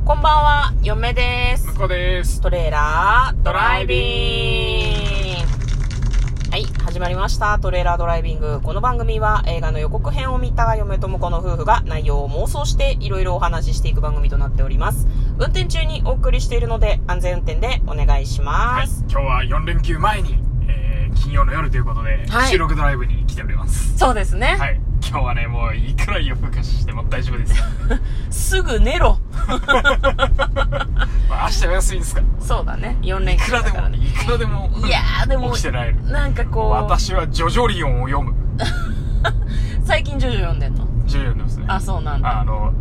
こんばんは、嫁です。 向こうです。 トレーラードライビング。はい、始まりました。トレーラードライビング。この番組は映画の予告編を見た嫁と婿の夫婦が内容を妄想していろいろお話ししていく番組となっております。運転中にお送りしているので安全運転でお願いします。 はい、今日は4連休前に、金曜の夜ということで、はい、収録ドライブに来ております。 そうですね。 はい。今日はね、もういくら夜更かししても大丈夫です。 すぐ寝ろ。 まあ、明日は安いんですか。 そうだね。4連休だからね。 いくらでも。 いやーでも起きてられる。 なんかこう。 私はジョジョリオンを読む。 最近ジョジョ読んでんの？ ジョジョ読んでますね。 あ、そうなんだ。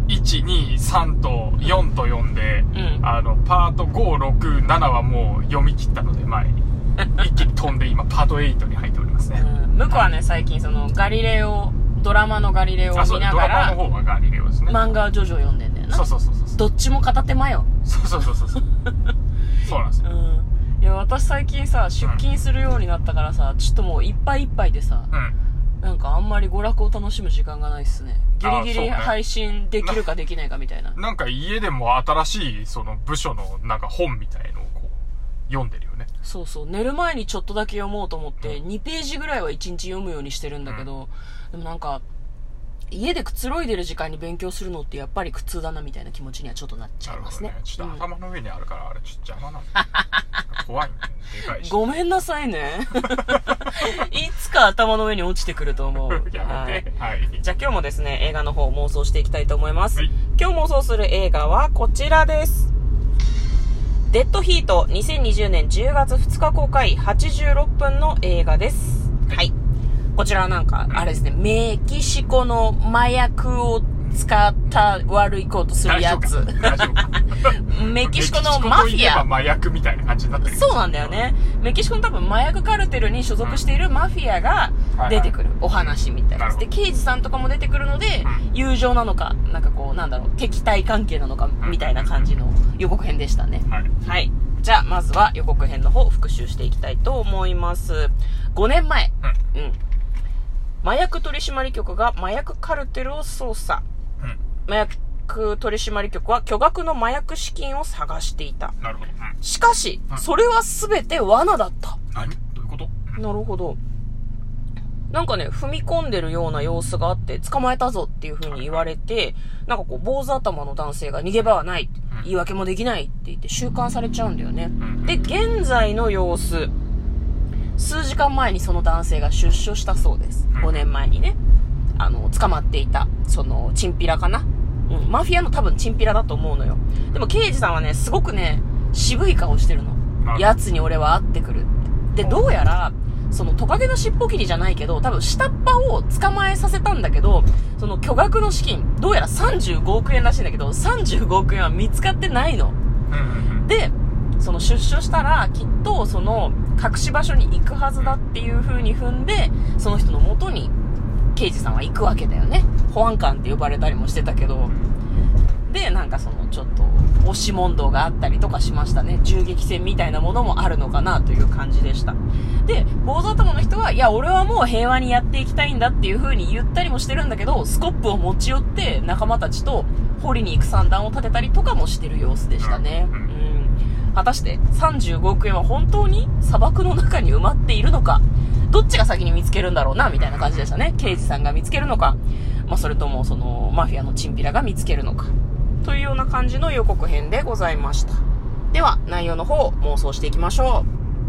1、2、3と4と読んで、 うん、 パート5、6、7はもう読み切ったので前に。一気に飛んで今パート8に入っておりますね。 向こうはね、最近そのガリレオ、ドラマのガリレオを見ながら、 ドラマの方はガリレオですね。 漫画はジョジョ読んでんだよな。 そう。 どっちも片手間よ。 そう。そうなんですよ。 いや、私最近さ、出勤するようになったからさ、ちょっともういっぱいいっぱいでさ、なんかあんまり娯楽を楽しむ時間がないっすね。ギリギリ配信できるかできないかみたいな。 なんか家でも新しいその部署のなんか本みたいのをこう読んでるよね。 そう。寝る前にちょっとだけ読もうと思って、2ページぐらいは1日読むようにしてるんだけど、でもなんか、家でくつろいでる時間に勉強するのってやっぱり苦痛だなみたいな気持ちにはちょっとなっちゃいますね。 なるほどね。ちょっと頭の上にあるから、あれちょっと邪魔なんだ。怖いんだよね。でかいし。 ごめんなさいね。いつか頭の上に落ちてくると思う。 やめて。はい。 じゃあ今日もですね、映画の方妄想していきたいと思います。 はい、 今日妄想する映画はこちらです。デッドヒート2020年10月2日公開86分の映画です。はい。こちらはなんか、あれですね、メキシコの麻薬を使った悪いことするやつ。 大丈夫。 メキシコのマフィア。メキシコといえば麻薬みたいな感じになってる。 そうなんだよね。メキシコの多分麻薬カルテルに所属しているマフィアが出てくるお話みたいです。で、刑事さんとかも出てくるので、友情なのか、なんかこう、なんだろう、敵対関係なのか、みたいな感じの予告編でしたね。はい。じゃあ、まずは予告編の方、復習していきたいと思います。5年前。麻薬取締局が麻薬カルテルを捜査。麻薬取締局は巨額の麻薬資金を探していた。 なるほど。 しかし、それは全て罠だった。 何？どういうこと？ なるほど。なんかね、踏み込んでるような様子があって、捕まえたぞっていう風に言われて、なんかこう、坊主頭の男性が逃げ場はない。言い訳もできないって言って収監されちゃうんだよね。で、現在の様子。数時間前にその男性が出所したそうです。5年前にね。捕まっていた、その、チンピラかな？マフィアの多分チンピラだと思うのよ。でも刑事さんはね、すごくね、渋い顔してるの。奴に俺は会ってくるって。で、どうやら、そのトカゲの尻尾切りじゃないけど、多分下っ端を捕まえさせたんだけど、その巨額の資金、どうやら35億円らしいんだけど、35億円は見つかってないの。で、その出所したら、きっとその隠し場所に行くはずだっていう風に踏んで、その人の元に刑事さんは行くわけだよね。保安官って呼ばれたりもしてたけど。で、なんかそのちょっと押し問答があったりとかしましたね。銃撃戦みたいなものもあるのかなという感じでした。で、坊主頭の人は、いや、俺はもう平和にやっていきたいんだっていう風に言ったりもしてるんだけど、スコップを持ち寄って仲間たちと掘りに行く算段を立てたりとかもしてる様子でしたね。果たして35億円は本当に砂漠の中に埋まっているのか、どっちが先に見つけるんだろうなみたいな感じでしたね。刑事さんが見つけるのか、それともそのマフィアのチンピラが見つけるのかというような感じの予告編でございました。では内容の方妄想していきましょ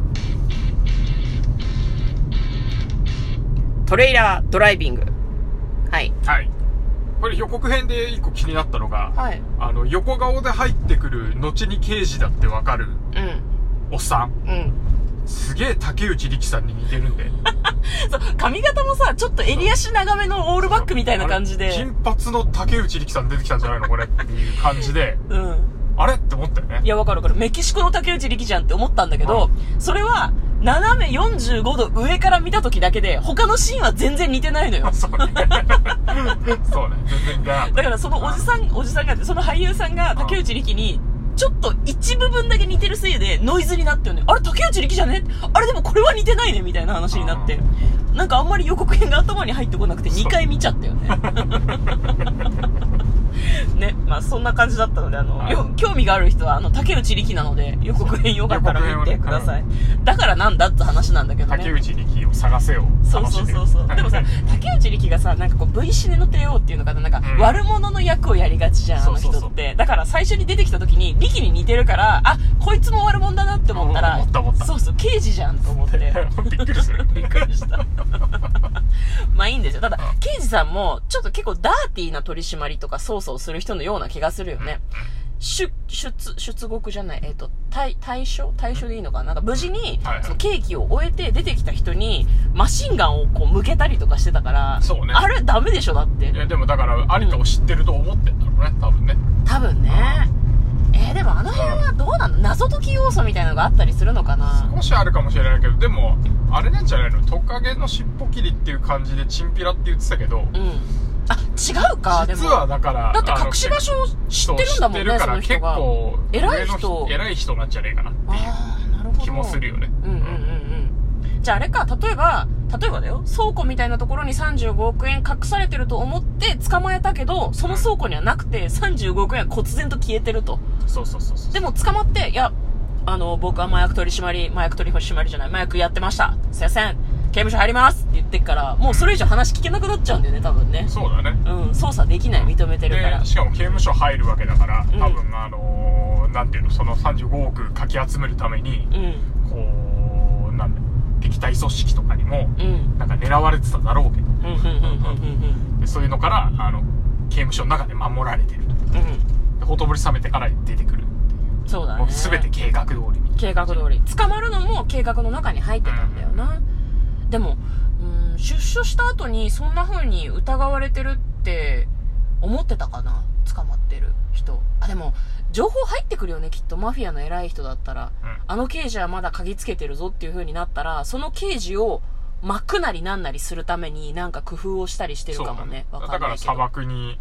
う。トレーラードライビング。はい。 これ予告編で一個気になったのが、横顔で入ってくる後に刑事だってわかる、おっさん。すげえ竹内力さんに似てるんで。 そう、髪型もさ、ちょっと襟足長めのオールバックみたいな感じで。 金髪の竹内力さん出てきたんじゃないのこれっていう感じで。あれって思ったよね。 いや、わかる。メキシコの竹内力じゃんって思ったんだけど、それは、斜め45度上から見た時だけで、他のシーンは全然似てないのよ。 そうね。そうね。全然似てない。 だからそのおじさんが、その俳優さんが竹内力に、ちょっと一部分だけ似てるせいでノイズになってるね。あれ竹内力じゃね？あれでもこれは似てないねみたいな話になって。なんかあんまり予告編が頭に入ってこなくて2回見ちゃったよね。 ね、まあそんな感じだったので、興味がある人は、竹内力なので、予告編よかったら見てください。だからなんだって話なんだけどね。 竹内力を探せよ。 そうそうそうそう。でもさ、竹内力がさ、なんかこう V シネの帝王っていうのかな、なんか悪者の役をやりがちじゃん、あの人って。だから最初に出てきた時に、力に似てるから、あ、こいつも悪者だなって思ったら、そうそう、刑事じゃんと思って。 びっくりする。 びっくりした。まあいいんですよ。ただ、刑事さんも、ちょっと結構ダーティーな取り締まりとか捜査をする人のような気がするよね。出国じゃない、対処でいいのかな、なんか無事に、その刑期を終えて出てきた人に、マシンガンをこう向けたりとかしてたから、 そうね。 あれダメでしょ、だって。 いや、でもだから、有田を知ってると思ってんだろうね、多分ね。 多分ね。でもあの辺はどうなの？謎解き要素みたいなのがあったりするのかな？ 少しあるかもしれないけど、でも、あれなんじゃないの？トカゲの尻尾切りっていう感じでチンピラって言ってたけど、 あ、違うか、 実はだから、 だって隠し場所を知ってるんだもんね、その人が。 偉い人なんじゃねえかなっていう気もするよね。 じゃああれか、例えばだよ、倉庫みたいなところに35億円隠されてると思って捕まえたけど、その倉庫にはなくて35億円は忽然と消えてると。 そう。 でも捕まって、いや、僕は麻薬やってました。すいません。刑務所入りますって言ってっから、もうそれ以上話聞けなくなっちゃうんだよね、多分ね。 そうだね。 捜査できない、認めてるから。 しかも刑務所入るわけだから、多分なんていうの、その35億かき集めるために、こう、なんだよ、敵対組織とかにも、なんか狙われてただろうけど、そういうのから、刑務所の中で守られてると。ほとぼり冷めてから出てくるっていう。 そうだね。 もう全て計画通りに。 計画通り。捕まるのも計画の中に入ってたんだよな。でも、出所した後にそんな風に疑われてるって思ってたかな？捕まってる人。あ、でも、情報入ってくるよね、きっと。マフィアの偉い人だったら。あの刑事はまだ鍵つけてるぞっていう風になったら、その刑事を巻くなりなんなりするためになんか工夫をしたりしてるかもね。わかんないけど。だから砂漠に、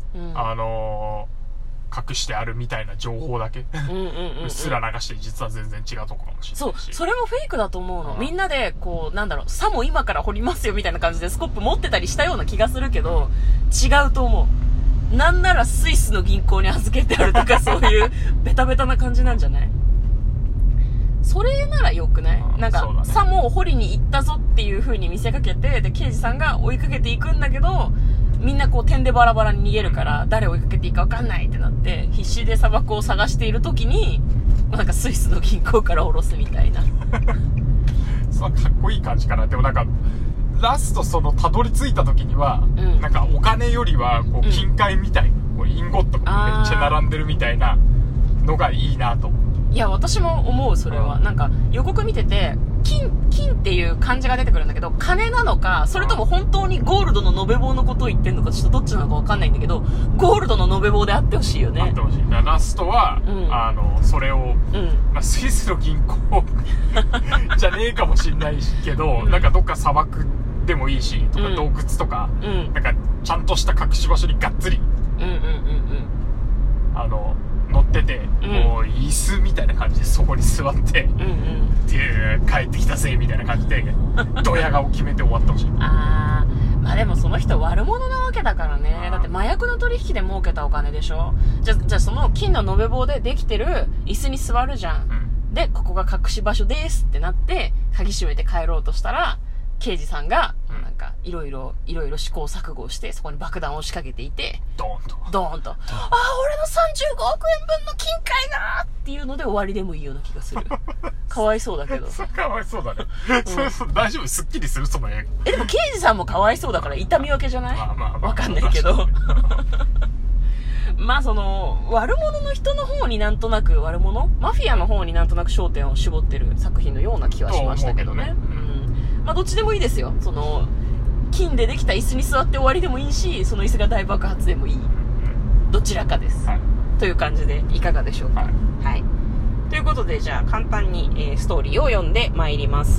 隠してあるみたいな情報だけうっすら流して実は全然違うとこかもしれないし。 それもフェイクだと思うの。みんなでこう、なんだろう、さも今から掘りますよみたいな感じでスコップ持ってたりしたような気がするけど、違うと思う。なんならスイスの銀行に預けてあるとか、そういうベタベタな感じなんじゃない？それなら良くない？なんか、さも掘りに行ったぞっていう風に見せかけて、で、刑事さんが追いかけていくんだけど、みんなこう点でバラバラに逃げるから誰を追いかけていいか分かんないってなって必死で砂漠を探している時になんかスイスの銀行から下ろすみたいなそうかっこいい感じかな。でもなんかラストそのたどり着いた時には、なんかお金よりはこう金塊みたいな、こうインゴットがめっちゃ並んでるみたいなのがいいなと思う。 いや私も思う。それはなんか予告見てて金っていう漢字が出てくるんだけど、金なのか、それとも本当にゴールドの延べ棒のことを言ってんのか、ちょっとどっちなのかわかんないんだけど、ゴールドの延べ棒であってほしいよね。 あってほしい。ラストは、それを、スイスの銀行じゃねえかもしんないけど、なんかどっか砂漠でもいいし、とか洞窟とか、なんかちゃんとした隠し場所にがっつり、乗ってて、もう椅子みたいな感じでそこに座って、帰ってきたぜみたいな感じでドヤ顔決めて終わってほしい。 まあでもその人悪者なわけだからね。だって麻薬の取引で儲けたお金でしょ。じゃあその金の延べ棒でできてる椅子に座るじゃん、でここが隠し場所ですってなって鍵閉めて帰ろうとしたら刑事さんがなんかいろいろ試行錯誤してそこに爆弾を仕掛けていてドーンと俺の35億円分の金塊がっていうので終わりでもいいような気がする。かわいそうだけどかわいそうだね、大丈夫？すっきりするその映画。 でも刑事さんもかわいそうだから痛み分けじゃない？わかんないけどまあその悪者の人の方になんとなくマフィアの方になんとなく焦点を絞ってる作品のような気はしましたけどね。まあどっちでもいいですよ。その金でできた椅子に座って終わりでもいいし、その椅子が大爆発でもいい、どちらかです、という感じでいかがでしょうか。はい、ということでじゃあ簡単に、ストーリーを読んでまいります。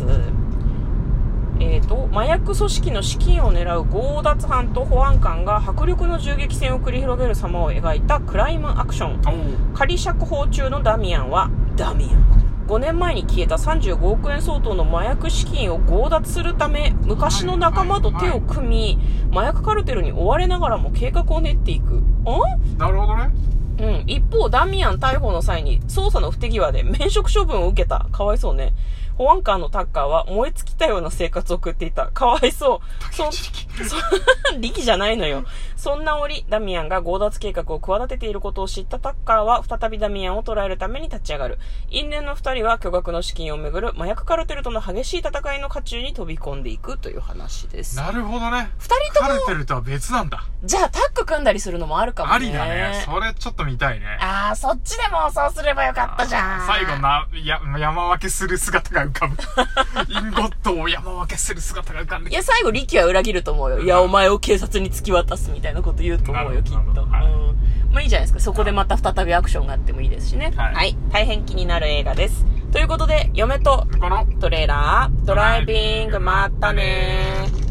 麻薬組織の資金を狙う強奪犯と保安官が迫力の銃撃戦を繰り広げる様を描いたクライムアクション。仮釈放中のダミアンは 5年前に消えた35億円相当の麻薬資金を強奪するため、昔の仲間と手を組み、麻薬カルテルに追われながらも計画を練っていく。 なるほどね。 一方、ダミアン逮捕の際に捜査の不手際で免職処分を受けた。かわいそうね。保安官のタッカーは燃え尽きたような生活を送っていた。かわいそう。力じゃないのよ。そんな折、ダミアンが強奪計画を企てていることを知ったタッカーは、再びダミアンを捕らえるために立ち上がる。因縁の二人は巨額の資金をめぐる麻薬カルテルとの激しい戦いの渦中に飛び込んでいくという話です。 なるほどね。 二人とも。 カルテルとは別なんだ。 じゃあタッグ組んだりするのもあるかもね。 ありだね。それちょっと見たいね。 そっちでもそうすればよかったじゃん。 最後山分けする姿が浮かぶ。インゴットを山分けする姿が浮かんでくる。 いや、最後力は裏切ると思うよ。いや、お前を警察に突き渡すみたいなこと言うと思うよ、きっと。まあいいじゃないですか。そこでまた再びアクションがあってもいいですしね。はい。大変気になる映画です。ということで、嫁とトレーラー、ドライビング、まったねー。